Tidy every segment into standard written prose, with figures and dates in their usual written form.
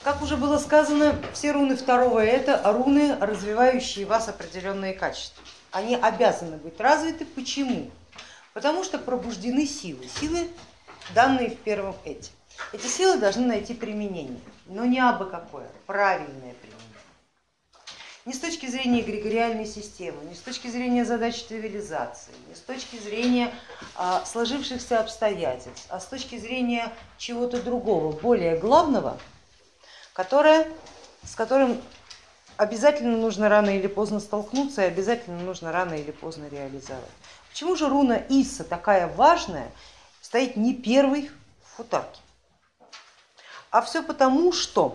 Как уже было сказано, все руны второго это руны, развивающие в вас определенные качества. Они обязаны быть развиты. Почему? Потому что пробуждены силы, силы, данные в первом эти. Эти силы должны найти применение, но не абы какое, правильное применение. Не с точки зрения эгрегориальной системы, не с точки зрения задач цивилизации, не с точки зрения сложившихся обстоятельств, а с точки зрения чего-то другого, более главного, с которым обязательно нужно рано или поздно столкнуться и обязательно нужно рано или поздно реализовать. Почему же руна Иса такая важная, стоит не первой в футарке? А все потому, что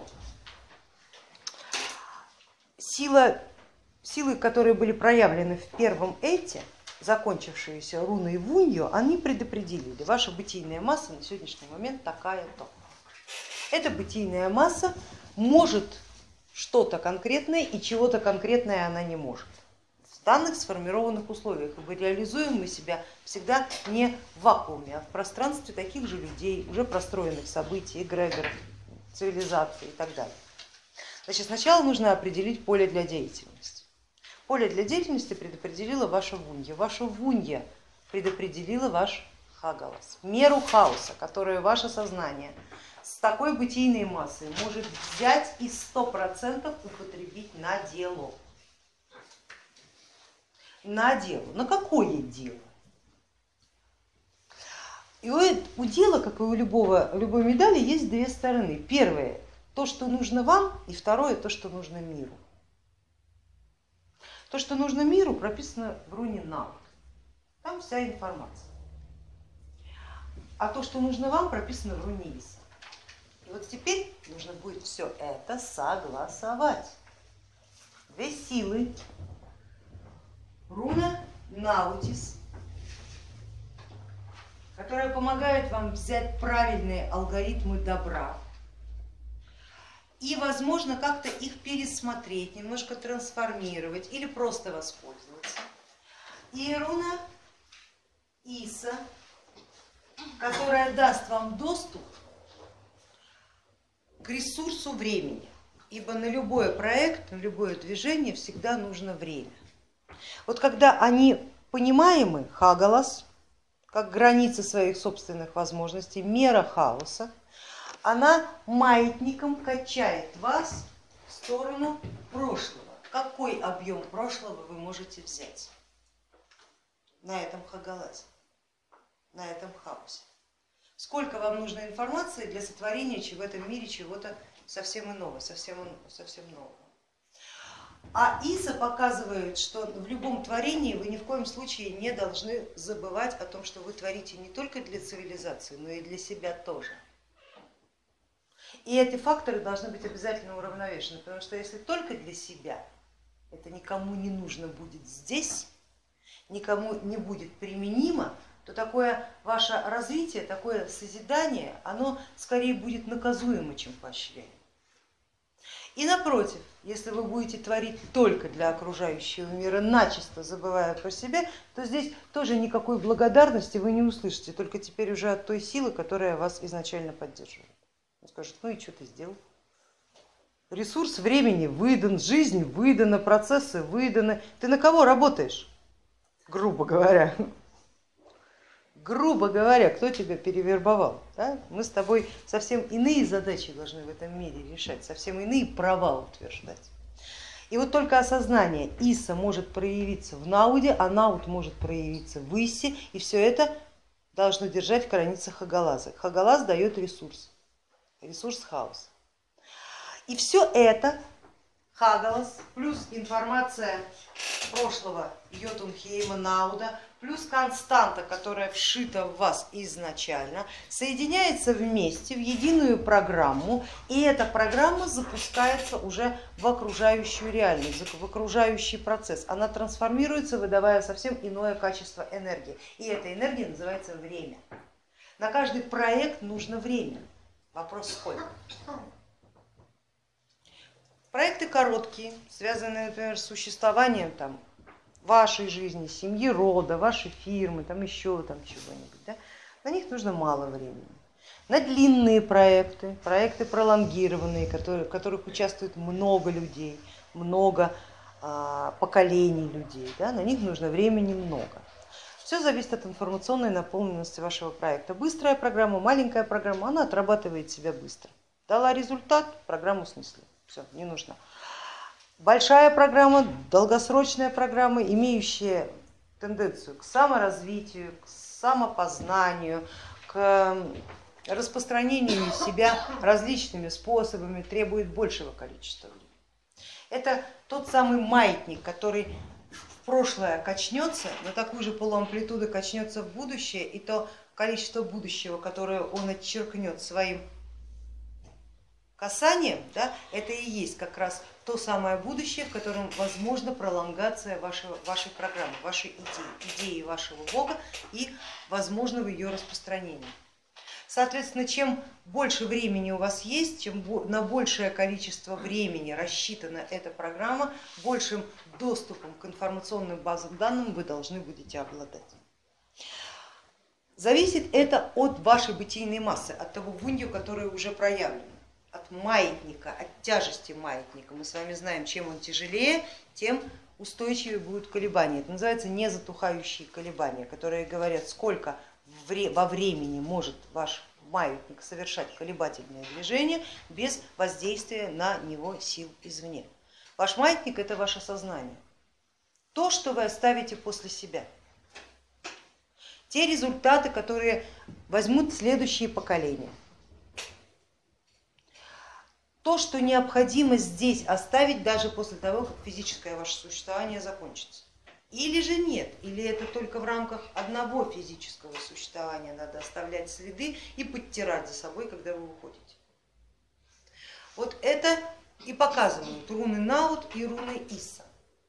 силы, которые были проявлены в первом эте, закончившиеся руной Вунью, они предопределили, ваша бытийная масса на сегодняшний момент такая-то. Эта бытийная масса может что-то конкретное и чего-то конкретное она не может. В данных сформированных условиях, ибо реализуем мы себя всегда не в вакууме, а в пространстве таких же людей, уже простроенных событий, эгрегоров, цивилизаций и так далее. Значит, сначала нужно определить поле для деятельности. Поле для деятельности предопределила ваша Вунья. Ваша Вунья предопределила ваш Хагалас, меру хаоса, которую ваше сознание с такой бытийной массой может взять и 100% употребить на дело. На дело. На какое дело? И у дела, как и у любой медали, есть две стороны. Первое — то, что нужно вам, и второе — то, что нужно миру. То, что нужно миру, прописано в руне Навык. Там вся информация. А то, что нужно вам, прописано в руне Иса. И вот теперь нужно будет все это согласовать. Две силы. Руна Наутис, которая помогает вам взять правильные алгоритмы добра и, возможно, как-то их пересмотреть, немножко трансформировать или просто воспользоваться. И руна Иса, которая даст вам доступ к ресурсу времени, ибо на любой проект, на любое движение всегда нужно время. Вот когда они понимаемы, Хагалас, как границы своих собственных возможностей, мера хаоса, она маятником качает вас в сторону прошлого. Какой объем прошлого вы можете взять на этом Хагаласе, на этом хаосе? Сколько вам нужно информации для сотворения в этом мире чего-то совсем иного, совсем нового. А Иса показывает, что в любом творении вы ни в коем случае не должны забывать о том, что вы творите не только для цивилизации, но и для себя тоже. И эти факторы должны быть обязательно уравновешены, потому что если только для себя, это никому не нужно будет здесь, никому не будет применимо, то такое ваше развитие, такое созидание, оно скорее будет наказуемо, чем поощряемо. И напротив, если вы будете творить только для окружающего мира, начисто забывая про себя, то здесь тоже никакой благодарности вы не услышите, только теперь уже от той силы, которая вас изначально поддерживает. Он скажет: ну и что ты сделал? Ресурс времени выдан, жизнь выдана, процессы выданы. Ты на кого работаешь? Грубо говоря. Грубо говоря, кто тебя перевербовал? Да? Мы с тобой совсем иные задачи должны в этом мире решать, совсем иные права утверждать. И вот только осознание Иса может проявиться в Науде, а Науд может проявиться в Исе, и все это должно держать в границах Хагалаза. Хагалаз дает ресурс хаоса. И все это, Хагалас, плюс информация прошлого Йотунхейма, Науда, плюс константа, которая вшита в вас изначально, соединяется вместе в единую программу, и эта программа запускается уже в окружающую реальность, в окружающий процесс. Она трансформируется, выдавая совсем иное качество энергии, и эта энергия называется время. На каждый проект нужно время. Вопрос сколько? Проекты короткие, связанные, например, с существованием вашей жизни, семьи, рода, вашей фирмы, еще чего-нибудь, да? На них нужно мало времени. на длинные проекты, проекты пролонгированные, в которых участвует много людей, много поколений людей, да, на них нужно времени много. Все зависит от информационной наполненности вашего проекта. Быстрая программа, маленькая программа, она отрабатывает себя быстро. Дала результат, программу снесли, все, не нужна. Большая программа, долгосрочная программа, имеющая тенденцию к саморазвитию, к самопознанию, к распространению себя различными способами, требует большего количества времени. Это тот самый маятник, который в прошлое качнется, на такую же полуамплитуду качнется в будущее, и то количество будущего, которое он отчеркнет своим касанием, да, это и есть как раз то самое будущее, в котором возможна пролонгация вашей программы, вашей идеи вашего Бога и возможного ее распространения. Соответственно, чем больше времени у вас есть, чем на большее количество времени рассчитана эта программа, большим доступом к информационным базам данных вы должны будете обладать. Зависит это от вашей бытийной массы, от того вунью, которое уже проявлено, от маятника, от тяжести маятника. Мы с вами знаем, чем он тяжелее, тем устойчивее будут колебания. Это называется незатухающие колебания, которые говорят, сколько во времени может ваш маятник совершать колебательное движение без воздействия на него сил извне. Ваш маятник это ваше сознание, то, что вы оставите после себя, те результаты, которые возьмут следующие поколения. То, что необходимо здесь оставить даже после того, как физическое ваше существование закончится. Или же нет, или это только в рамках одного физического существования надо оставлять следы и подтирать за собой, когда вы уходите. Вот это и показывают руны Наут и руны Исса.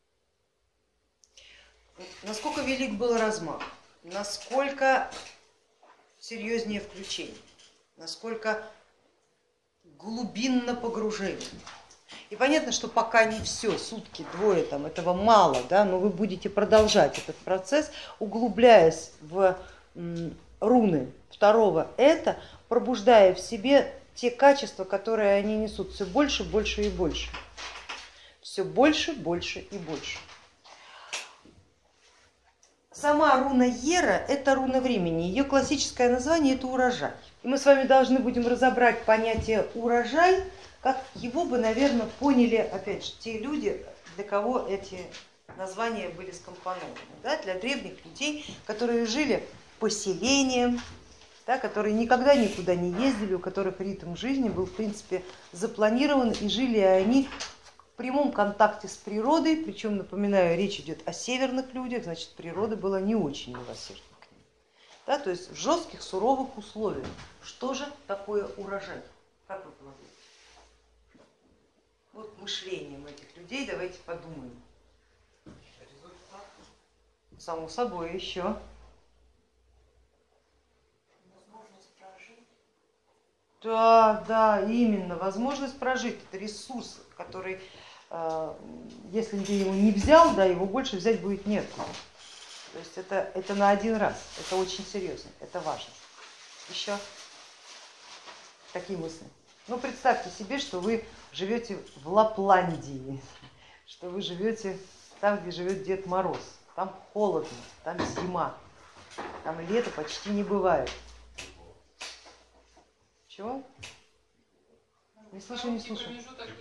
Насколько велик был размах, насколько серьезнее включение, насколько глубинно погружение. И понятно, что пока не все, сутки, двое, там, этого мало, да, но вы будете продолжать этот процесс, углубляясь в руны второго это, пробуждая в себе те качества, которые они несут все больше, больше и больше. Все больше, больше и больше. Сама руна Ера это руна времени, ее классическое название это урожай. И мы с вами должны будем разобрать понятие урожай, как его бы, наверное, поняли, опять же, те люди, для кого эти названия были скомпонованы. Да, для древних людей, которые жили поселением, да, которые никогда никуда не ездили, у которых ритм жизни был в принципе запланирован, и жили они в прямом контакте с природой, причем, напоминаю, речь идет о северных людях, значит, природа была не очень милосердна к ним. Да, то есть в жестких, суровых условиях. Что же такое урожай? Как вы полагаете? Вот мышлением этих людей давайте подумаем. Само собой еще. Возможность прожить. Да, да, именно, возможность прожить. Это ресурс, который, если ты его не взял, да, его больше взять будет некуда. То есть это на один раз, это очень серьезно, это важно. Еще такие мысли. Ну, представьте себе, что вы живете в Лапландии, что вы живете там, где живет Дед Мороз. Там холодно, там зима, там лето почти не бывает. Чего? Не слышу, не слышу.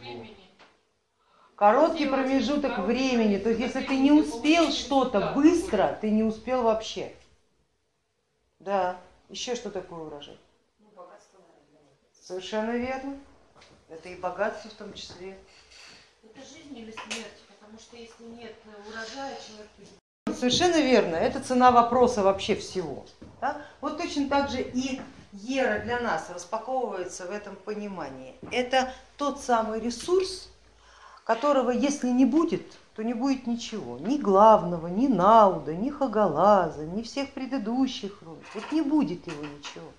Короткий промежуток времени, то есть если ты не успел что-то быстро, ты не успел вообще. Да, еще что такое урожай? Совершенно верно. Это и богатство в том числе. Это жизнь или смерть, потому что если нет урожая, человек... Совершенно верно, это цена вопроса вообще всего. Да? Вот точно так же и Ера для нас распаковывается в этом понимании. Это тот самый ресурс, которого если не будет, то не будет ничего. Ни главного, ни Науда, ни Хагалаза, ни всех предыдущих рун. Вот не будет его ничего.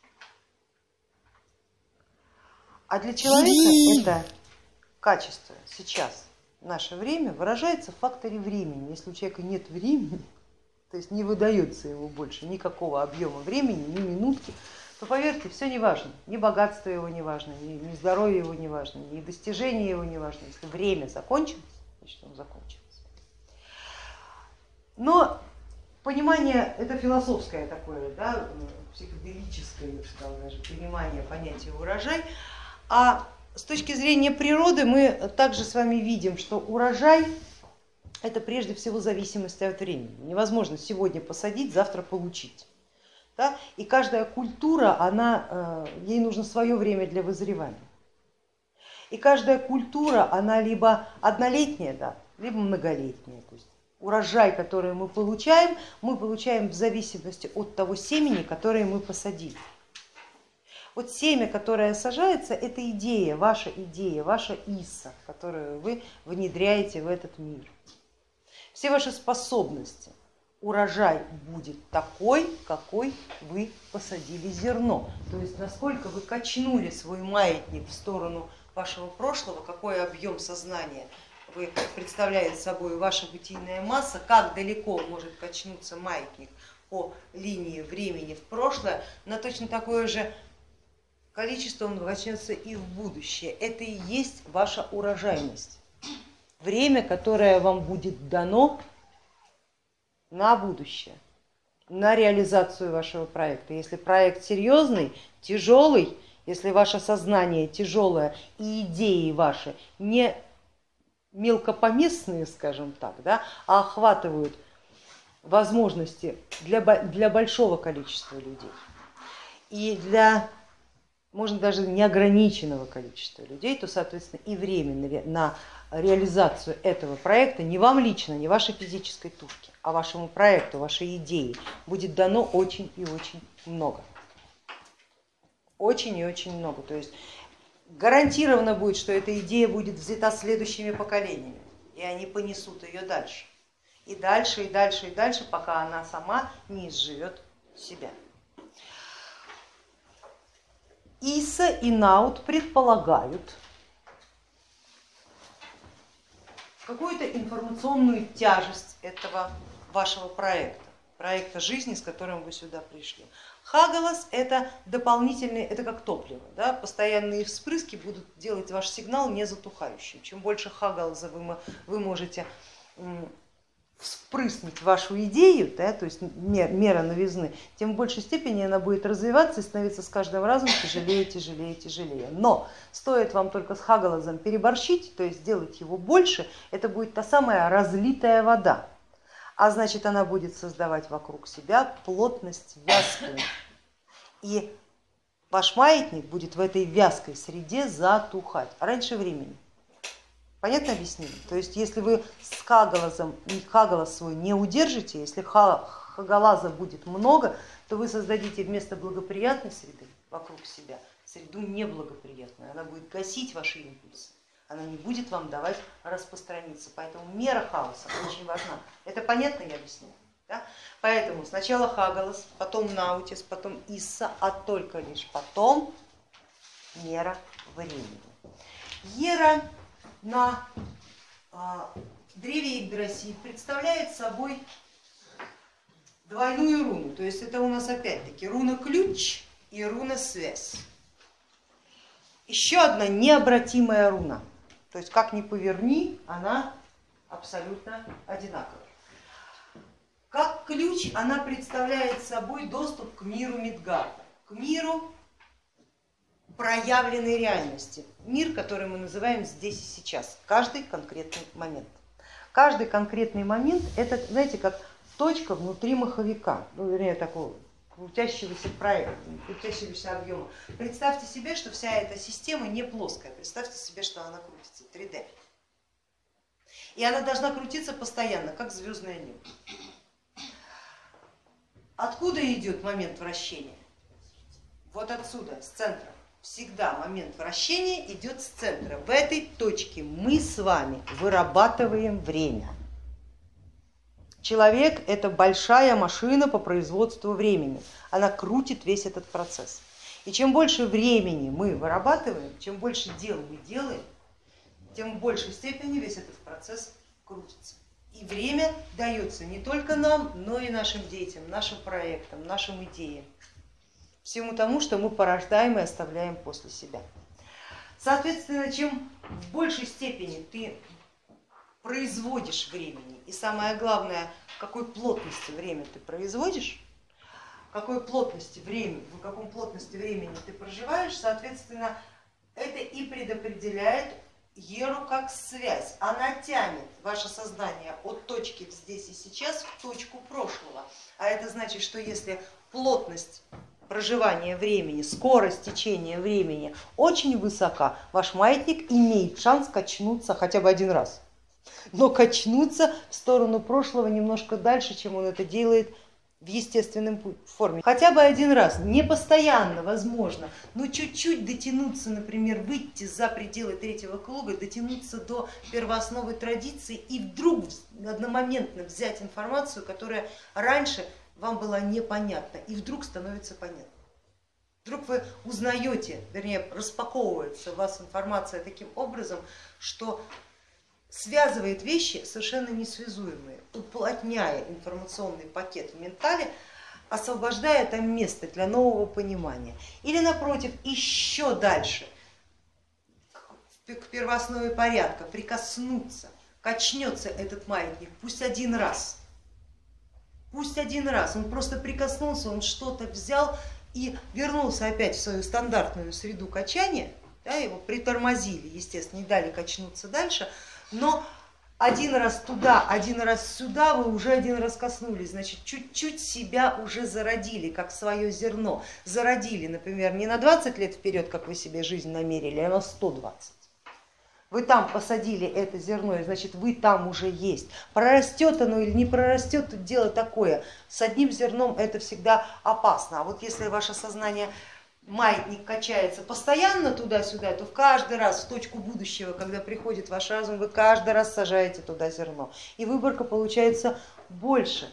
А для человека это качество сейчас, в наше время, выражается в факторе времени. Если у человека нет времени, то есть не выдается ему больше никакого объема времени, ни минутки, то поверьте, все не важно, ни богатство его не важно, ни здоровье его не важно, ни достижение его не важно. Если время закончилось, значит оно закончилось. Но понимание, это философское такое, да, психоделическое, я бы сказала, даже понимание понятия урожай. А с точки зрения природы мы также с вами видим, что урожай это прежде всего зависимость от времени. Невозможно сегодня посадить, завтра получить. Да? И каждая культура, ей нужно свое время для вызревания. И каждая культура, она либо однолетняя, да, либо многолетняя. То есть урожай, который мы получаем в зависимости от того семени, которое мы посадили. Вот семя, которое сажается, это идея, ваша исса, которую вы внедряете в этот мир. Все ваши способности, урожай будет такой, какой вы посадили зерно. То есть насколько вы качнули свой маятник в сторону вашего прошлого, какой объем сознания вы представляете собой ваша бытийная масса, как далеко может качнуться маятник по линии времени в прошлое, на точно такое же количество он качнется и в будущее. Это и есть ваша урожайность. Время, которое вам будет дано на будущее, на реализацию вашего проекта. Если проект серьезный, тяжелый, если ваше сознание тяжелое и идеи ваши не мелкопоместные, скажем так, да, а охватывают возможности для большого количества людей и для, можно даже неограниченного количества людей, то, соответственно, и время на реализацию этого проекта не вам лично, не вашей физической тушке, а вашему проекту, вашей идее будет дано очень и очень много. Очень и очень много. То есть гарантированно будет, что эта идея будет взята следующими поколениями, и они понесут ее дальше. И дальше, и дальше, и дальше, пока она сама не изживет себя. Исса и Наут предполагают какую-то информационную тяжесть этого вашего проекта жизни, с которым вы сюда пришли. Хагалас это дополнительные, это как топливо, да? Постоянные вспрыски будут делать ваш сигнал не затухающим. Чем больше хагалаза вы можете вспрыснуть вашу идею, да, то есть мера новизны, тем в большей степени она будет развиваться и становиться с каждым разом тяжелее, тяжелее, тяжелее. Но стоит вам только с хагалазом переборщить, то есть сделать его больше, это будет та самая разлитая вода. А значит, она будет создавать вокруг себя плотность вязкую. И ваш маятник будет в этой вязкой среде затухать раньше времени. Понятно объяснение? То есть если вы с хагалазом хагалаз свой не удержите, если хагалаза будет много, то вы создадите вместо благоприятной среды вокруг себя среду неблагоприятную. Она будет гасить ваши импульсы, она не будет вам давать распространиться. Поэтому мера хаоса очень важна. Это понятно я объяснила? Да? Поэтому сначала хагалас, потом наутис, потом исса, а только лишь потом мера времени. Ера на древе Игдрасиль представляет собой двойную руну, то есть это у нас опять-таки руна ключ и руна связь. Еще одна необратимая руна, то есть как ни поверни, она абсолютно одинаковая. Как ключ она представляет собой доступ к миру Мидгарда, к миру проявленной реальности, мир, который мы называем здесь и сейчас, каждый конкретный момент. Каждый конкретный момент это, знаете, как точка внутри маховика, ну, вернее, такого крутящегося проекта, крутящегося объема. Представьте себе, что вся эта система не плоская, представьте себе, что она крутится 3D. И она должна крутиться постоянно, как звездное небо. Откуда идет момент вращения? Вот отсюда, с центра. Всегда момент вращения идет с центра. В этой точке мы с вами вырабатываем время. Человек это большая машина по производству времени. Она крутит весь этот процесс. И чем больше времени мы вырабатываем, чем больше дел мы делаем, тем в большей степени весь этот процесс крутится. И время дается не только нам, но и нашим детям, нашим проектам, нашим идеям. всему тому, что мы порождаем и оставляем после себя. Соответственно, чем в большей степени ты производишь времени, и самое главное, какой плотности время ты производишь, какой плотности времени, в каком плотности времени ты проживаешь, соответственно, это и предопределяет Еру как связь. Она тянет ваше сознание от точки здесь и сейчас в точку прошлого. А это значит, что если плотность проживания времени, скорость течения времени очень высока, ваш маятник имеет шанс качнуться хотя бы один раз, но качнуться в сторону прошлого немножко дальше, чем он это делает в естественном форме. Хотя бы один раз, не постоянно, возможно, но чуть-чуть дотянуться, например, выйти за пределы третьего круга, дотянуться до первоосновы традиции и вдруг одномоментно взять информацию, которая раньше вам была непонятна, и вдруг становится понятна. Вдруг вы узнаете, вернее, распаковывается у вас информация таким образом, что связывает вещи совершенно несвязуемые, уплотняя информационный пакет в ментале, освобождая там место для нового понимания. Или напротив, еще дальше, к первооснове порядка, прикоснуться, качнется этот маятник, пусть один раз, он просто прикоснулся, он что-то взял и вернулся опять в свою стандартную среду качания, да, его притормозили, естественно, не дали качнуться дальше, но один раз туда, один раз сюда вы уже один раз коснулись, значит, чуть-чуть себя уже зародили, как свое зерно. Зародили, например, не на 20 лет вперед, как вы себе жизнь намерили, а на 120. Вы там посадили это зерно, и значит вы там уже есть. Прорастет оно или не прорастет, тут дело такое. С одним зерном это всегда опасно. А вот если ваше сознание, маятник качается постоянно туда-сюда, то в каждый раз в точку будущего, когда приходит ваш разум, вы каждый раз сажаете туда зерно. И выборка получается больше.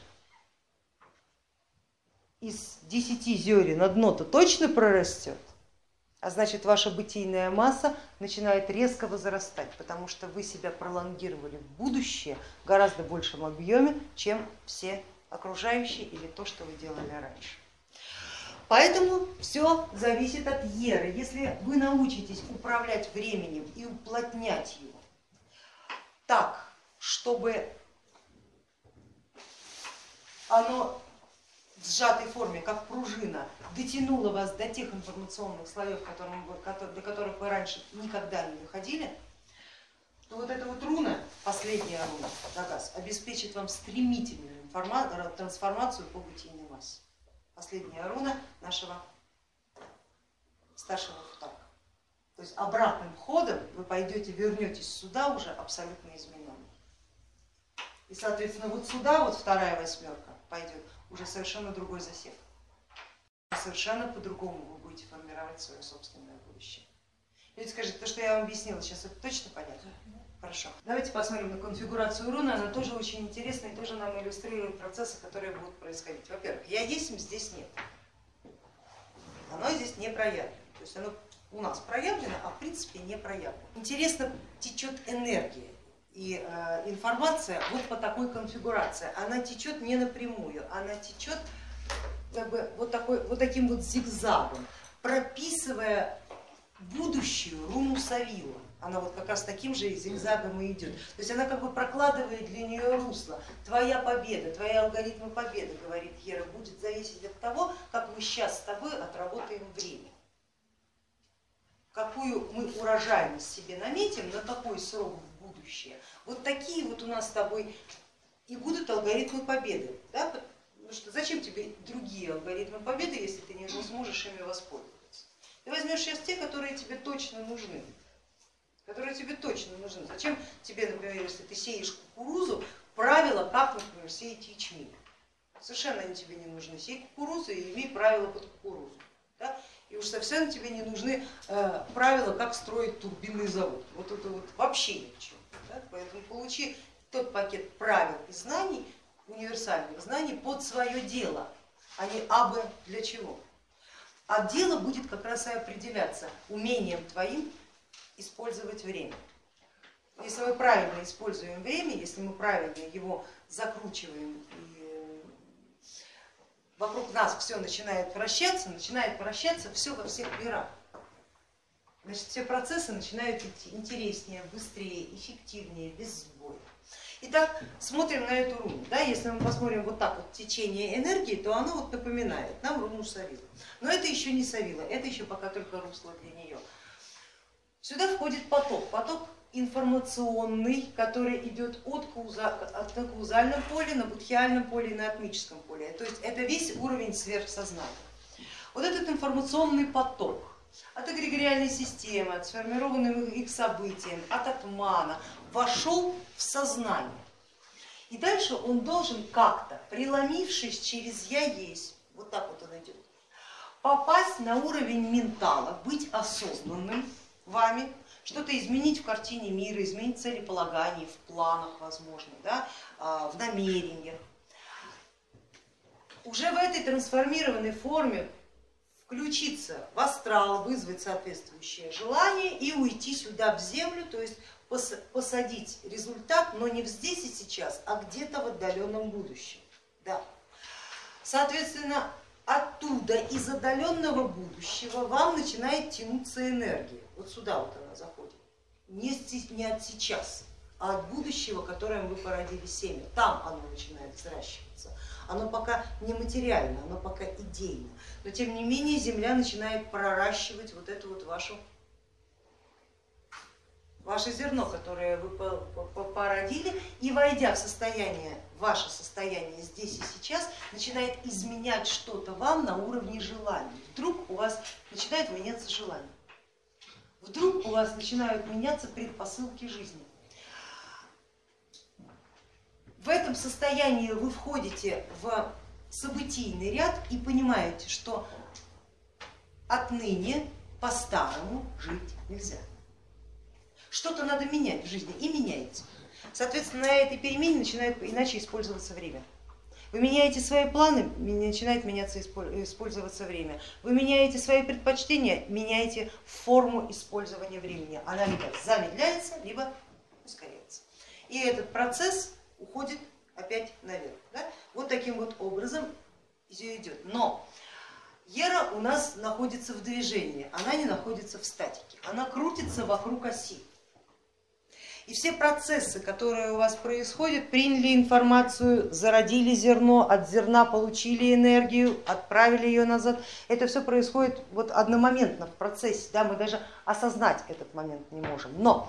Из 10 зерен одно-то точно прорастет, а значит ваша бытийная масса начинает резко возрастать, потому что вы себя пролонгировали в будущее в гораздо большем объеме, чем все окружающие или то, что вы делали раньше. Поэтому все зависит от Еры. Если вы научитесь управлять временем и уплотнять его так, чтобы оно в сжатой форме, как пружина, дотянуло вас до тех информационных слоев, до которых вы раньше никогда не доходили, то вот эта вот руна, последняя руна, Дагас, обеспечит вам стремительную трансформацию по бытийной массе. Последняя руна нашего старшего футака. То есть обратным ходом вы пойдете, вернетесь сюда уже абсолютно измененным. И соответственно вот сюда вот вторая восьмерка пойдет уже совершенно другой засев. Совершенно по-другому вы будете формировать свое собственное будущее. Люди скажут, то, что я вам объяснила, сейчас это точно понятно? Хорошо. Давайте посмотрим на конфигурацию руны, она тоже очень интересная и тоже нам иллюстрирует процессы, которые будут происходить. Во-первых, я есть, здесь нет. Оно здесь не проявлено. То есть оно у нас проявлено, а в принципе не проявлено. Интересно течет энергия и информация вот по такой конфигурации. Она течет не напрямую, она течет как бы вот таким вот зигзагом, прописывая будущую руну Савила. Она вот как раз таким же зигзагом и идет. То есть она как бы прокладывает для нее русло. Твоя победа, твои алгоритмы победы, говорит Ера, будет зависеть от того, как мы сейчас с тобой отработаем время. Какую мы урожайность себе наметим, на какой срок в будущее. Вот такие вот у нас с тобой и будут алгоритмы победы. Да? Потому что зачем тебе другие алгоритмы победы, если ты не сможешь ими воспользоваться? Ты возьмешь сейчас те, которые тебе точно нужны. Зачем тебе, например, если ты сеешь кукурузу, правила, как, например, сеять ячмень? Совершенно они тебе не нужны. Сей кукурузу и имей правила под кукурузу. Да? И уж совсем тебе не нужны правила, как строить турбинный завод. Вот это вот вообще ни к чему. Да? Поэтому получи тот пакет правил и знаний, универсальных знаний под свое дело, а не абы для чего. А дело будет как раз и определяться умением твоим использовать время. Если мы правильно используем время, если мы правильно его закручиваем и вокруг нас все начинает вращаться все во всех мирах. Значит, все процессы начинают идти интереснее, быстрее, эффективнее, без сбоя. Итак, смотрим на эту руну. Да, если мы посмотрим вот так вот течение энергии, то оно вот напоминает нам руну Савила. Но это еще не Савила, это еще пока только русло для нее. Сюда входит поток, поток информационный, который идет на каузальном поле, на будхиальном поле и на атмическом поле. То есть это весь уровень сверхсознания. Вот этот информационный поток от эгрегориальной системы, от сформированных их событий, от атмана вошел в сознание. И дальше он должен как-то, преломившись через я есть, вот так вот он идет, попасть на уровень ментала, быть осознанным вами, что-то изменить в картине мира, изменить целеполагание, в планах, возможно, да, в намерениях. Уже в этой трансформированной форме включиться в астрал, вызвать соответствующее желание и уйти сюда в землю, то есть посадить результат, но не здесь и сейчас, а где-то в отдаленном будущем. Да. Соответственно, оттуда, из отдаленного будущего, вам начинает тянуться энергия. Вот сюда вот она заходит. Не от сейчас, а от будущего, которым вы породили семя. Там оно начинает взращиваться. Оно пока не материально, оно пока идейно. Но тем не менее Земля начинает проращивать вот это вот ваше зерно, которое вы породили, и войдя в состояние, ваше состояние здесь и сейчас, начинает изменять что-то вам на уровне желаний. Вдруг у вас начинает меняться желание. Вдруг у вас начинают меняться предпосылки жизни. В этом состоянии вы входите в событийный ряд и понимаете, что отныне по-старому жить нельзя. Что-то надо менять в жизни и меняется. Соответственно, на этой перемене начинает иначе использоваться время. Вы меняете свои планы, начинает меняться, использоваться время. Вы меняете свои предпочтения, меняете форму использования времени. Она либо замедляется, либо ускоряется. И этот процесс уходит опять наверх. Да? Вот таким вот образом все идет. Но Ера у нас находится в движении, она не находится в статике, она крутится вокруг оси. И все процессы, которые у вас происходят, приняли информацию, зародили зерно, от зерна получили энергию, отправили ее назад, это все происходит вот одномоментно в процессе, да, мы даже осознать этот момент не можем. Но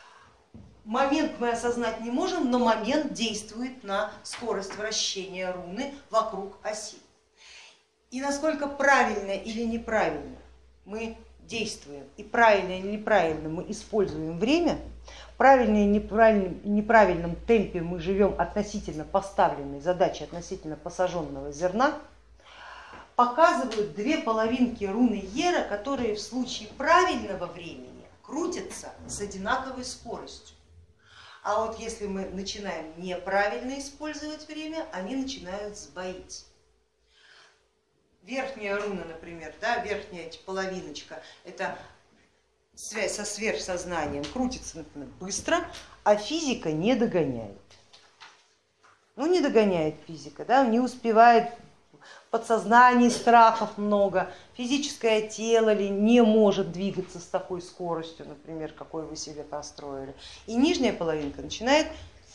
момент мы осознать не можем, но момент действует на скорость вращения руны вокруг оси. И насколько правильно или неправильно мы действуем и правильно или неправильно мы используем время, в правильном и неправильном темпе мы живем относительно поставленной задачи, относительно посаженного зерна, показывают две половинки руны Ера, которые в случае правильного времени крутятся с одинаковой скоростью. А вот если мы начинаем неправильно использовать время, они начинают сбоить. Верхняя руна, например, да, верхняя половиночка, это связь со сверхсознанием, крутится, например, быстро, а физика не догоняет. Ну не догоняет физика, да, не успевает, в подсознании страхов много, физическое тело ли не может двигаться с такой скоростью, например, какой вы себе построили. И нижняя половинка начинает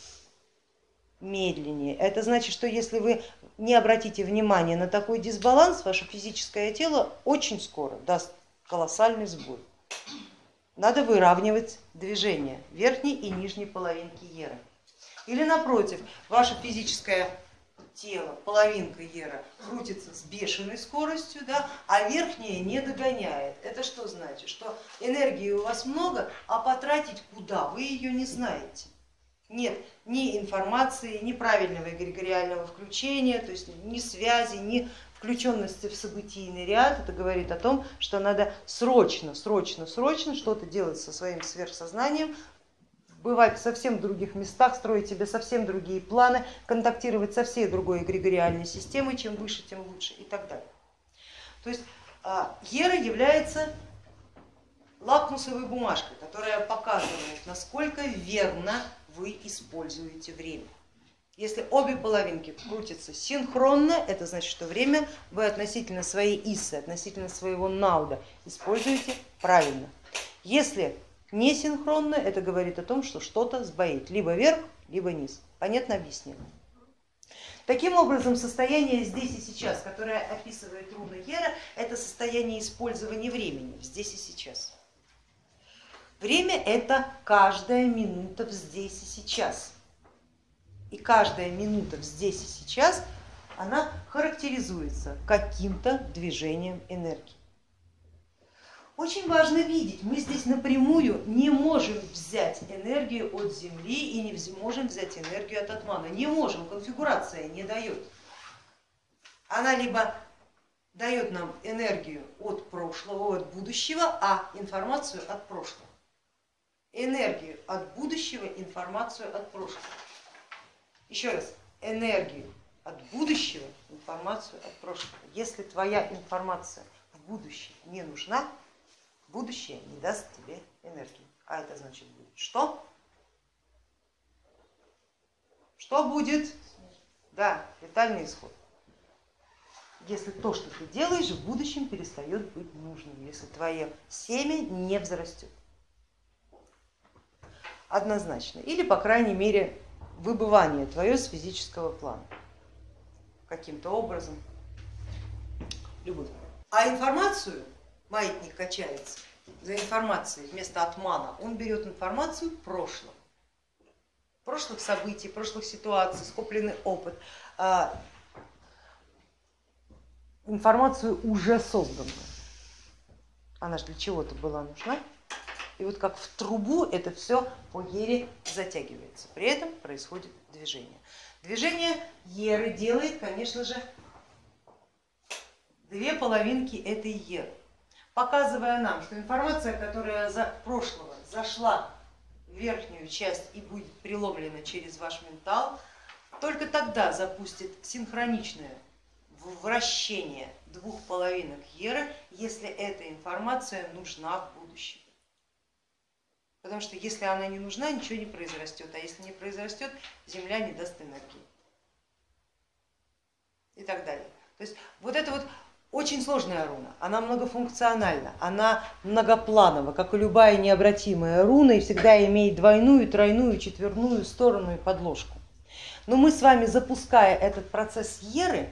медленнее. Это значит, что если вы не обратите внимания на такой дисбаланс, ваше физическое тело очень скоро даст колоссальный сбой. Надо выравнивать движение верхней и нижней половинки Еры. Или напротив, ваше физическое тело, половинка Ера, крутится с бешеной скоростью, да, а верхняя не догоняет. Это что значит? Что энергии у вас много, а потратить куда вы ее не знаете. Нет ни информации, ни правильного эгрегориального включения, то есть ни связи, ни включенности в событийный ряд. Это говорит о том, что надо срочно что-то делать со своим сверхсознанием, бывать в совсем других местах, строить себе совсем другие планы, контактировать со всей другой эгрегориальной системой, чем выше, тем лучше и так далее. То есть Ера является лакмусовой бумажкой, которая показывает, насколько верно вы используете время. Если обе половинки крутятся синхронно, это значит, что время вы относительно своей иссы, относительно своего науда используете правильно. Если не синхронно, это говорит о том, что что-то сбоит, либо вверх, либо низ. Понятно объяснила? Таким образом, состояние здесь и сейчас, которое описывает руна Ера, это состояние использования времени здесь и сейчас. Время это каждая минута здесь и сейчас. И каждая минута здесь и сейчас, она характеризуется каким-то движением энергии. Очень важно видеть, мы здесь напрямую не можем взять энергию от Земли и не можем взять энергию от Атмана. Не можем, конфигурация не дает. Она либо дает нам энергию от прошлого, от будущего, а информацию от прошлого. Энергию от будущего, информацию от прошлого. Еще раз, энергию от будущего, информацию от прошлого. Если твоя информация в будущем не нужна, будущее не даст тебе энергии. А это значит будет что? Что будет? Да, летальный исход. Если то, что ты делаешь, в будущем перестает быть нужным, если твое семя не взрастет. Однозначно. Или, по крайней мере, выбывание твое с физического плана. Каким-то образом. Любым. А информацию маятник качается за информацией вместо атмана, он берет информацию прошлого, прошлых событий, прошлых ситуаций, скопленный опыт, информацию уже созданную. Она же для чего-то была нужна. И вот как в трубу это все по Ере затягивается. При этом происходит движение. Движение Еры делает, конечно же, две половинки этой Еры, показывая нам, что информация, которая за прошлого зашла в верхнюю часть и будет преломлена через ваш ментал, только тогда запустит синхроничное вращение двух половинок Еры, если эта информация нужна в будущем. Потому что если она не нужна, ничего не произрастет, а если не произрастет, Земля не даст энергии. И так далее. То есть вот это вот очень сложная руна, она многофункциональна, она многопланова, как и любая необратимая руна, и всегда имеет двойную, тройную, четверную сторону и подложку. Но мы с вами, запуская этот процесс Еры,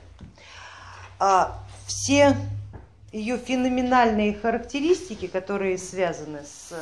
все ее феноменальные характеристики, которые связаны с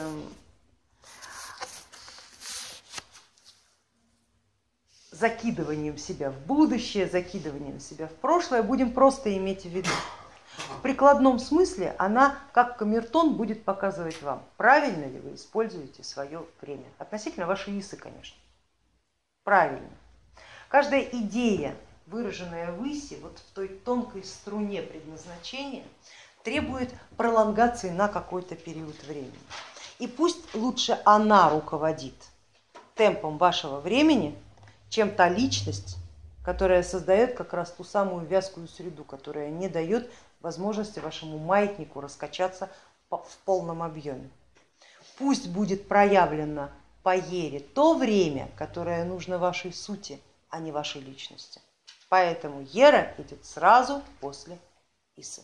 закидыванием себя в будущее, закидыванием себя в прошлое, будем просто иметь в виду. В прикладном смысле она, как камертон, будет показывать вам, правильно ли вы используете свое время. Относительно вашей иссы, конечно. Правильно. Каждая идея, выраженная в исе, вот в той тонкой струне предназначения, требует пролонгации на какой-то период времени. И пусть лучше она руководит темпом вашего времени, чем та личность, которая создает как раз ту самую вязкую среду, которая не дает возможности вашему маятнику раскачаться в полном объеме. Пусть будет проявлено по Ере то время, которое нужно вашей сути, а не вашей личности. Поэтому Ера идет сразу после Исы.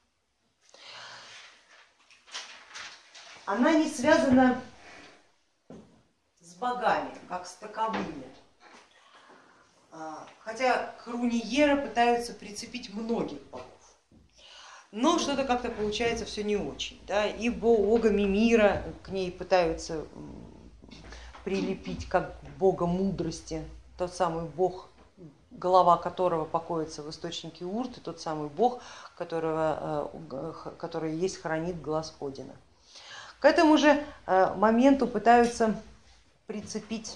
Она не связана с богами, как с таковыми. Хотя к руне Ера пытаются прицепить многих богов, но что-то как-то получается все не очень. Да? И бога Мимира к ней пытаются прилепить как бога мудрости, тот самый бог, голова которого покоится в источнике Урт, и тот самый бог, который есть хранит глаз Одина. К этому же моменту пытаются прицепить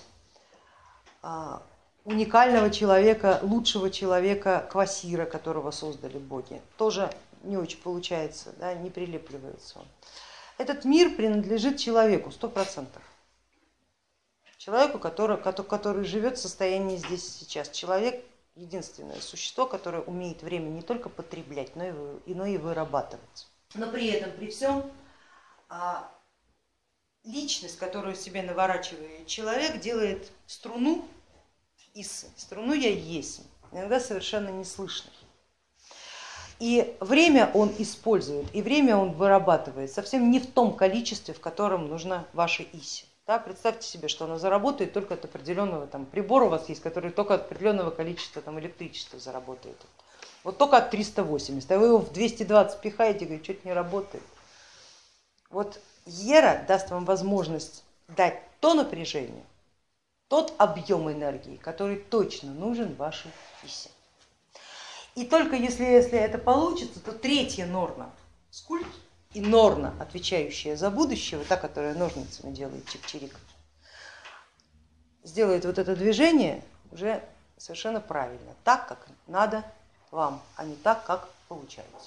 уникального человека, лучшего человека Квасира, которого создали боги. Тоже не очень получается, да, не прилепливается он. Этот мир принадлежит человеку 100%. Человеку, который живет в состоянии здесь и сейчас. Человек — единственное существо, которое умеет время не только потреблять, но и вырабатывать. Но при этом, при всем, личность, которую себе наворачивает человек, делает струну Иссы. Струнуя есть, иногда совершенно неслышный. И время он использует, и время он вырабатывает совсем не в том количестве, в котором нужна ваша Иссе. Да, представьте себе, что она заработает только от определенного прибора у вас есть, который только от определенного количества электричества заработает. Вот только от 380, а вы его в 220 пихаете, говорит, что-то не работает. Вот Ера даст вам возможность дать то напряжение, тот объем энергии, который точно нужен вашей Иссе. И только если это получится, то третья норна скульт и норна, отвечающая за будущее, вот та, которая ножницами делает чик-чирик, сделает вот это движение уже совершенно правильно, так, как надо вам, а не так, как получается.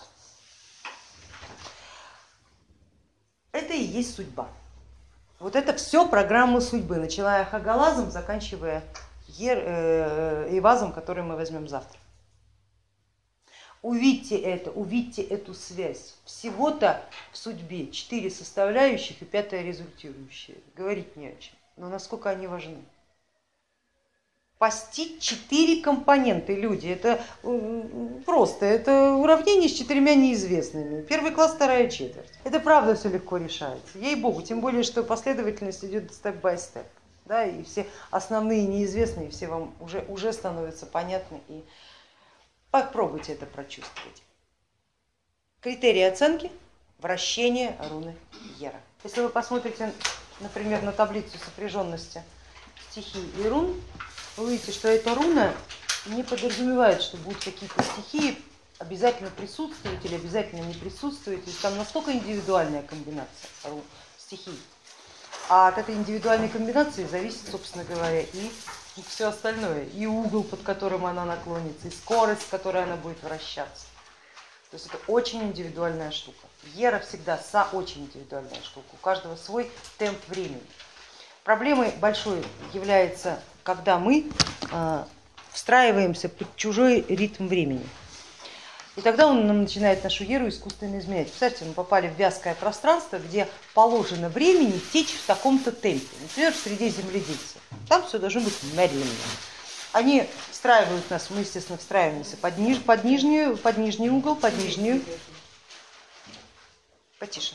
Это и есть судьба. Вот это все программа судьбы, начиная Хагалазом, заканчивая Эйвазом, который мы возьмем завтра. Увидьте это, увидьте эту связь. Всего-то в судьбе 4 составляющих и 5-я результирующая. Говорить не о чем, но насколько они важны. Постичь 4 компонента, люди, это просто, это уравнение с 4 неизвестными. 1 класс, 2 четверть. Это правда все легко решается, ей-богу, тем более, что последовательность идет степ-бай-степ. Да, и все основные неизвестные все вам уже становятся понятны, и попробуйте это прочувствовать. Критерии оценки: вращение руны Ера. Если вы посмотрите, например, на таблицу сопряженности стихий и рун, вы увидите, что эта руна не подразумевает, что будут какие-то стихии обязательно присутствовать или обязательно не присутствовать. То есть там настолько индивидуальная комбинация стихий, а от этой индивидуальной комбинации зависит, собственно говоря, и все остальное, и угол, под которым она наклонится, и скорость, с которой она будет вращаться. То есть это очень индивидуальная штука. Ера всегда очень индивидуальная штука, у каждого свой темп времени. Проблемой большой является, когда мы встраиваемся под чужой ритм времени. И тогда он нам начинает нашу Еру искусственно изменять. Представьте, мы попали в вязкое пространство, где положено времени течь в таком-то темпе, например, в среде земледельцев. Там все должно быть медленно. Они встраивают нас, мы, естественно, встраиваемся под нижний угол, под нижнюю, потише,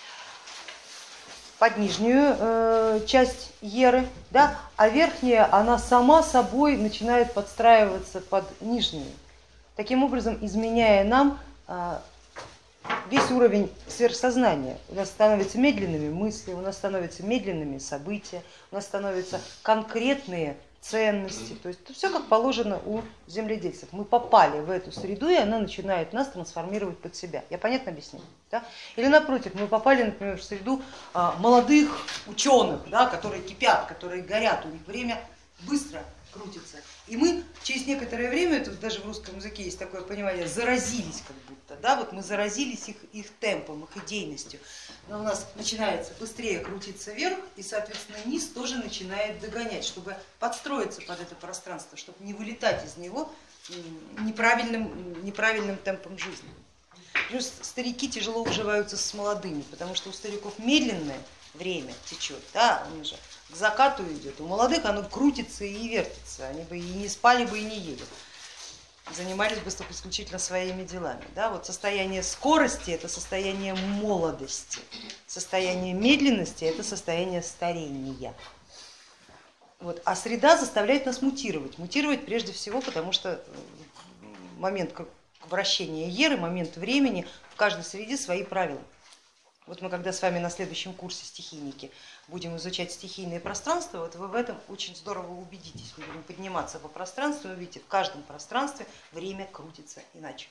под нижнюю часть Еры, да, а верхняя, она сама собой начинает подстраиваться под нижнюю, таким образом изменяя нам весь уровень сверхсознания. У нас становятся медленными мысли, у нас становятся медленными события, у нас становятся конкретные ценности, то есть все как положено у земледельцев. Мы попали в эту среду, и она начинает нас трансформировать под себя. Я понятно объяснила? Да? Или напротив, мы попали, например, в среду молодых ученых, да, которые кипят, которые горят, у них время быстро крутится. И мы через некоторое время, это даже в русском языке есть такое понимание, заразились как будто, да, вот мы заразились их темпом, их идейностью. Но у нас начинается быстрее крутиться вверх, и, соответственно, низ тоже начинает догонять, чтобы подстроиться под это пространство, чтобы не вылетать из него неправильным темпом жизни. Плюс старики тяжело уживаются с молодыми, потому что у стариков медленное время течет, да, он уже к закату идет, у молодых оно крутится и вертится, они бы и не спали бы, и не ели, занимались бы только исключительно своими делами. Да? Вот состояние скорости — это состояние молодости, состояние медленности — это состояние старения. Вот. А среда заставляет нас мутировать прежде всего, потому что момент вращения Еры, момент времени, в каждой среде свои правила. Вот мы когда с вами на следующем курсе стихийники будем изучать стихийные пространства, вот вы в этом очень здорово убедитесь. Мы будем подниматься по пространству, вы видите, в каждом пространстве время крутится иначе.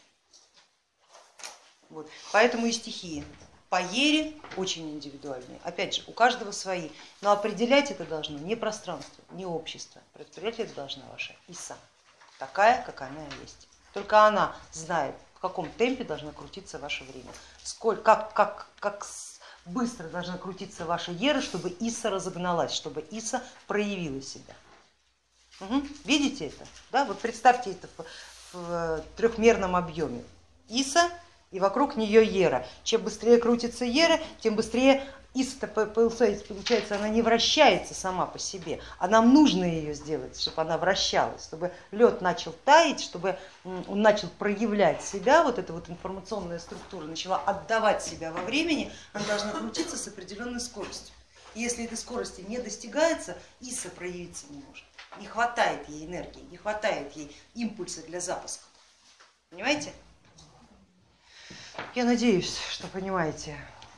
Вот. Поэтому и стихии по Ере очень индивидуальные. Опять же, у каждого свои. Но определять это должно не пространство, не общество. Определять это должна ваша Исса, такая, как она есть. Только она знает, в каком темпе должно крутиться ваше время, как быстро должна крутиться ваша Ера, чтобы Исса разогналась, чтобы Исса проявила себя. Угу. Видите это? Да? Вот представьте это в трехмерном объеме. Исса и вокруг нее Ера. Чем быстрее крутится Ера, тем быстрее Иса, получается, она не вращается сама по себе, а нам нужно ее сделать, чтобы она вращалась, чтобы лед начал таять, чтобы он начал проявлять себя, вот эта вот информационная структура начала отдавать себя во времени, она должна крутиться с определенной скоростью. И если этой скорости не достигается, Иса проявиться не может, не хватает ей энергии, не хватает ей импульса для запуска. Понимаете? Я надеюсь, что понимаете.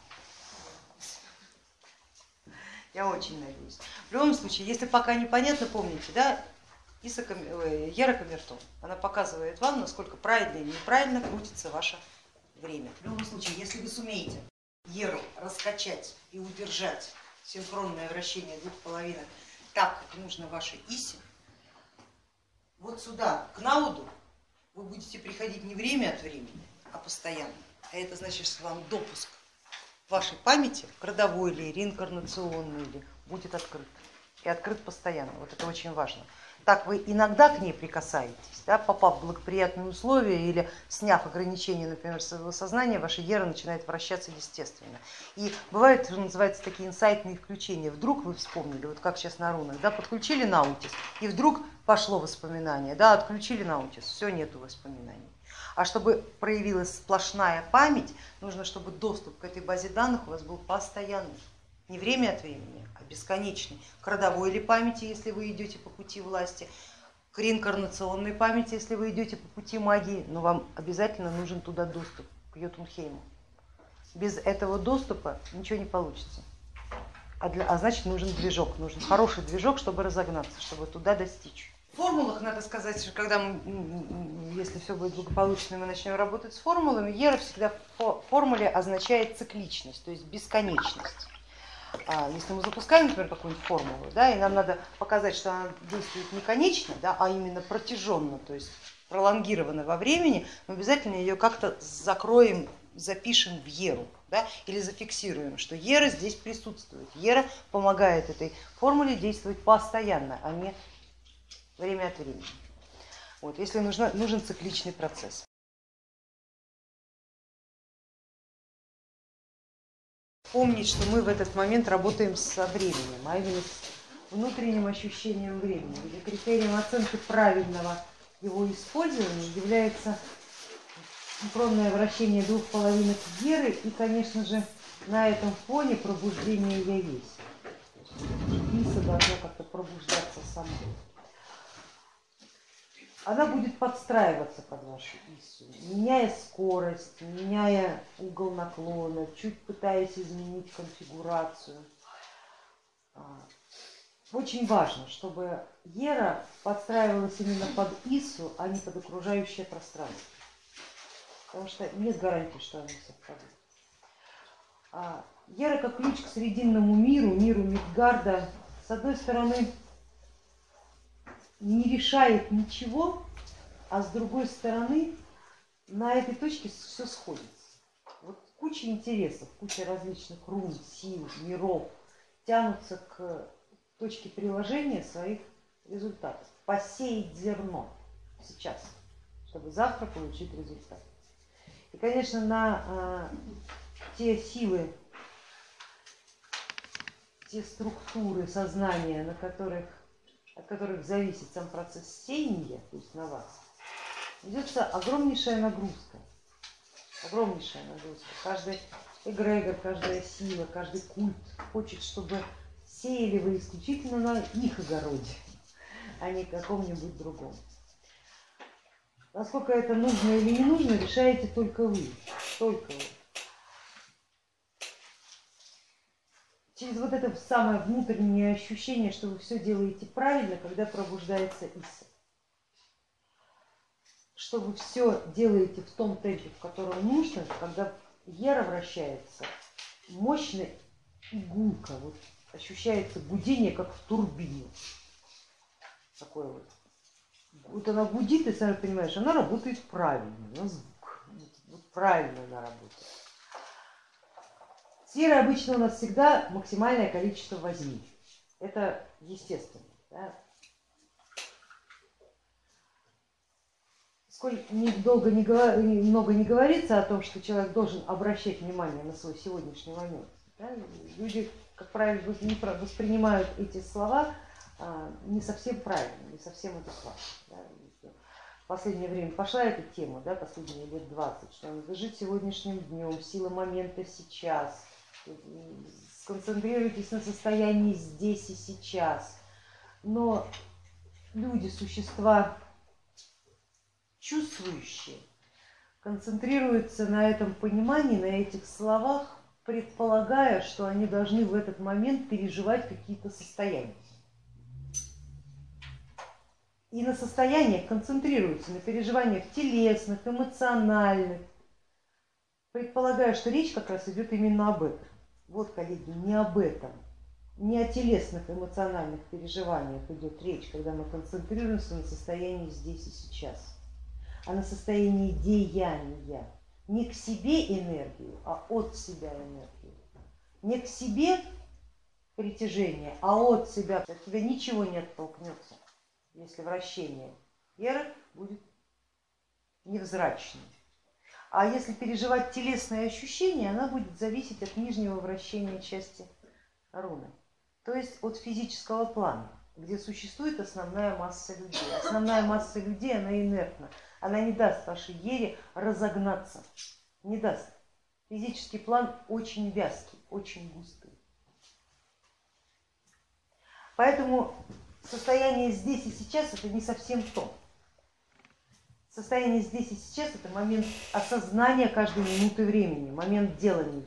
Я очень надеюсь. В любом случае, если пока непонятно, помните, да, Ера Камертон, она показывает вам, насколько правильно или неправильно крутится ваше время. В любом случае, если вы сумеете Еру раскачать и удержать синхронное вращение двух половинок так, как нужно вашей Исе, вот сюда, к Науду, вы будете приходить не время от времени, а постоянно. А это значит, что вам допуск вашей памяти, родовой или реинкарнационной, или будет открыт. И открыт постоянно. Вот это очень важно. Так вы иногда к ней прикасаетесь, да, попав в благоприятные условия или сняв ограничения, например, своего сознания, ваша Ера начинает вращаться естественно. И бывают, что называется, такие инсайтные включения. Вдруг вы вспомнили, вот как сейчас на рунах, да, подключили Наутис, и вдруг пошло воспоминание, да, отключили Наутис, все, нету воспоминаний. А чтобы проявилась сплошная память, нужно, чтобы доступ к этой базе данных у вас был постоянный. Не время от времени, а бесконечный. К родовой или памяти, если вы идете по пути власти, к реинкарнационной памяти, если вы идете по пути магии, но вам обязательно нужен туда доступ, к Йотунхейму. Без этого доступа ничего не получится. А значит, нужен движок, нужен хороший движок, чтобы разогнаться, чтобы туда достичь. В формулах надо сказать, что когда мы, если все будет благополучно, мы начнем работать с формулами, Ера всегда в формуле означает цикличность, то есть бесконечность. Если мы запускаем, например, какую-нибудь формулу, да, и нам надо показать, что она действует не конечно, да, а именно протяженно, то есть пролонгированно во времени, мы обязательно ее как-то закроем, запишем в Еру, да, или зафиксируем, что Ера здесь присутствует. Ера помогает этой формуле действовать постоянно, а не время от времени. Вот, если нужен цикличный процесс. Помнить, что мы в этот момент работаем со временем, а именно с внутренним ощущением времени, где критерием оценки правильного его использования является синхронное вращение двух половинок Еры и, конечно же, на этом фоне пробуждение Я есть. Иса должна как-то пробуждаться сама. Она будет подстраиваться под вашу Ису, меняя скорость, меняя угол наклона, чуть пытаясь изменить конфигурацию. Очень важно, чтобы Ера подстраивалась именно под Ису, а не под окружающее пространство, потому что нет гарантии, что они совпадут. Ера как ключ к срединному миру, миру Мидгарда, с одной стороны, не решает ничего, а с другой стороны на этой точке все сходится. Вот куча интересов, куча различных рун, сил, миров тянутся к точке приложения своих результатов. Посеять зерно сейчас, чтобы завтра получить результат. И, конечно, на те силы, те структуры сознания, от которых зависит сам процесс сеяния, то есть на вас, ведется огромнейшая нагрузка. Огромнейшая нагрузка. Каждый эгрегор, каждая сила, каждый культ хочет, чтобы сеяли вы исключительно на их огороде, а не каком-нибудь другом. Насколько это нужно или не нужно, решаете только вы. Только вы. Через вот это самое внутреннее ощущение, что вы все делаете правильно, когда пробуждается Иса. Что вы все делаете в том темпе, в котором нужно, когда Ера вращается мощно и гулко. Вот ощущается гудение, как в турбине. Такое вот. Вот она гудит, и сами понимаешь, она работает правильно, на звук. Вот правильно она работает. С Ерой обычно у нас всегда максимальное количество возни. Это естественно. Да? сколь много не говорится о том, что человек должен обращать внимание на свой сегодняшний момент. Да? Люди, как правило, воспринимают эти слова не совсем правильно, не совсем адекватно. Да? В последнее время пошла эта тема, да, последние лет 20, что надо жить сегодняшним днем, сила момента сейчас, сконцентрируйтесь на состоянии здесь и сейчас. Но люди, существа чувствующие, концентрируются на этом понимании, на этих словах, предполагая, что они должны в этот момент переживать какие-то состояния. И на состояниях концентрируются, на переживаниях телесных, эмоциональных, предполагая, что речь как раз идет именно об этом. Вот, коллеги, не об этом, не о телесных эмоциональных переживаниях идет речь, когда мы концентрируемся на состоянии здесь и сейчас, а на состоянии деяния. Не к себе энергию, а от себя энергию. Не к себе притяжение, а от себя. От тебя ничего не оттолкнется, если вращение Геры будет невзрачным. А если переживать телесные ощущения, она будет зависеть от нижнего вращения части руны, то есть от физического плана, где существует основная масса людей. Основная масса людей, она инертна, она не даст вашей Ере разогнаться, не даст. Физический план очень вязкий, очень густый. Поэтому состояние здесь и сейчас это не совсем то. Состояние здесь и сейчас это момент осознания каждой минуты времени, момент делания.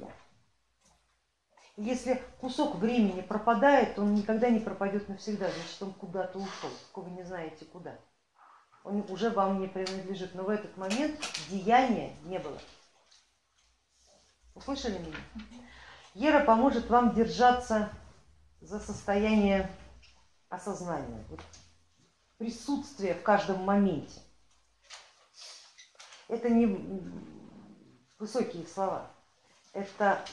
Если кусок времени пропадает, он никогда не пропадет навсегда, значит он куда-то ушел, только вы не знаете куда. Он уже вам не принадлежит, но в этот момент деяния не было. Услышали меня? Ера поможет вам держаться за состояние осознания, вот, присутствие в каждом моменте. Это не высокие слова, это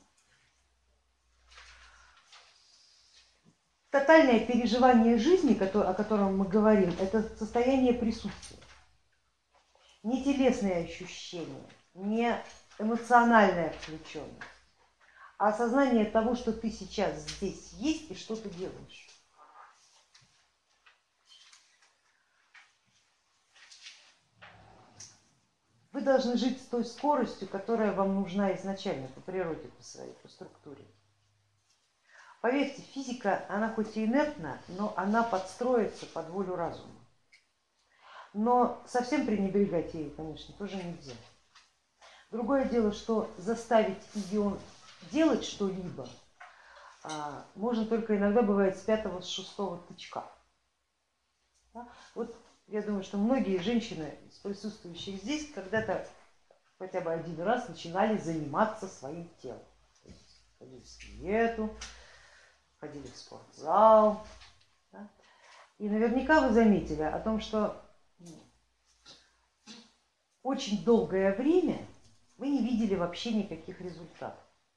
тотальное переживание жизни, о котором мы говорим, это состояние присутствия. Не телесные ощущения, не эмоциональная включенность, а осознание того, что ты сейчас здесь есть и что ты делаешь. Вы должны жить с той скоростью, которая вам нужна изначально по природе, по своей, по структуре. Поверьте, физика, она хоть и инертна, но она подстроится под волю разума. Но совсем пренебрегать ей, конечно, тоже нельзя. Другое дело, что заставить ее делать что-либо можно только иногда бывает с 5-го, с 6-го тычка. Вот я думаю, что многие женщины, присутствующие здесь, когда-то хотя бы один раз начинали заниматься своим телом. Ходили в диету, ходили в спортзал. Да? И наверняка вы заметили о том, что очень долгое время вы не видели вообще никаких результатов.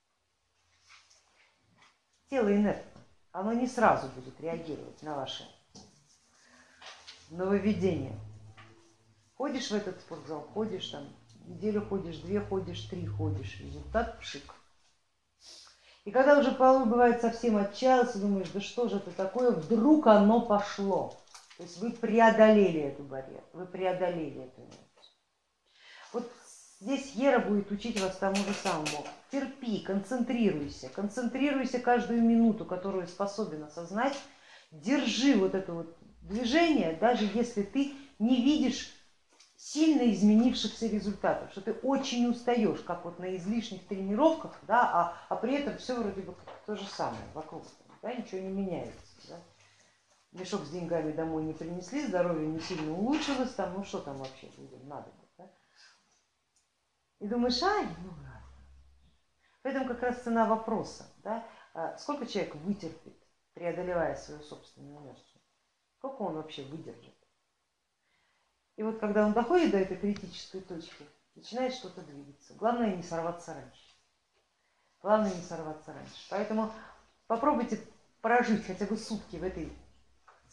Тело инертно, оно не сразу будет реагировать на ваши нововведения. Ходишь в этот спортзал, ходишь там, неделю ходишь, 2 ходишь, 3 ходишь, результат пшик. И когда уже порой бывает совсем отчаялся, думаешь, да что же это такое, вдруг оно пошло. То есть вы преодолели эту барьер, вы преодолели эту инерцию. Вот здесь Ера будет учить вас тому же самому. Терпи, концентрируйся каждую минуту, которую способен осознать, держи вот это вот движение, даже если ты не видишь сильно изменившихся результатов, что ты очень устаешь, как вот на излишних тренировках, да, а при этом все вроде бы то же самое вокруг, да, ничего не меняется. Да. Мешок с деньгами домой не принесли, здоровье не сильно улучшилось, там, ну что там вообще людям надо. Да? И думаешь, ай, ну ладно. Поэтому как раз цена вопроса, да, сколько человек вытерпит, преодолевая свою собственную инерцию, сколько он вообще выдержит. И вот когда он доходит до этой критической точки, начинает что-то двигаться. Главное не сорваться раньше. Главное не сорваться раньше. Поэтому попробуйте прожить хотя бы сутки в этой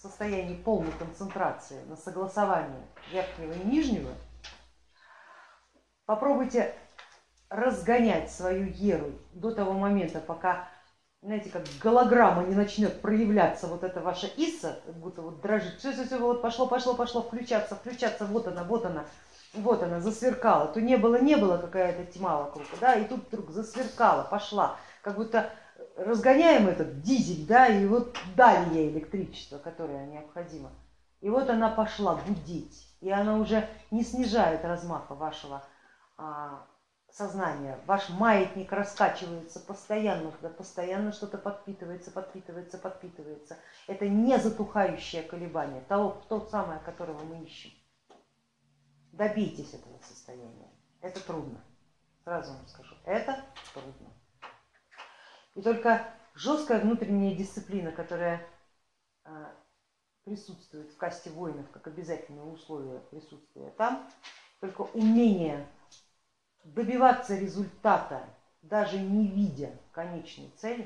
состоянии полной концентрации на согласовании верхнего и нижнего, попробуйте разгонять свою еру до того момента, пока, знаете, как голограмма не начнет проявляться вот эта ваша Исса, как будто вот дрожит, все, вот пошло, включаться, вот она, засверкала. То не было какая-то тьма вокруг, да, и тут вдруг засверкала, пошла, как будто разгоняем этот дизель, да, и вот дали ей электричество, которое необходимо. И вот она пошла гудеть, и она уже не снижает размаха вашего сознания. Ваш маятник раскачивается постоянно, постоянно что-то подпитывается. Это не затухающее колебание, то самое, которого мы ищем. Добейтесь этого состояния. Это трудно. Сразу вам скажу, это трудно. И только жесткая внутренняя дисциплина, которая присутствует в касте воинов как обязательное условие присутствия там, только умение добиваться результата, даже не видя конечной цели,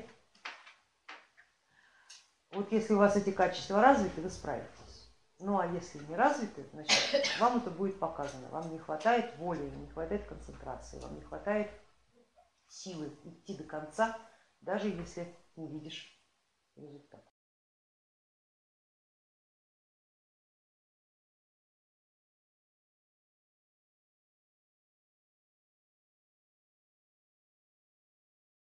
вот если у вас эти качества развиты, вы справитесь. Ну а если не развиты, значит вам это будет показано. Вам не хватает воли, не хватает концентрации, вам не хватает силы идти до конца, даже если не видишь результата.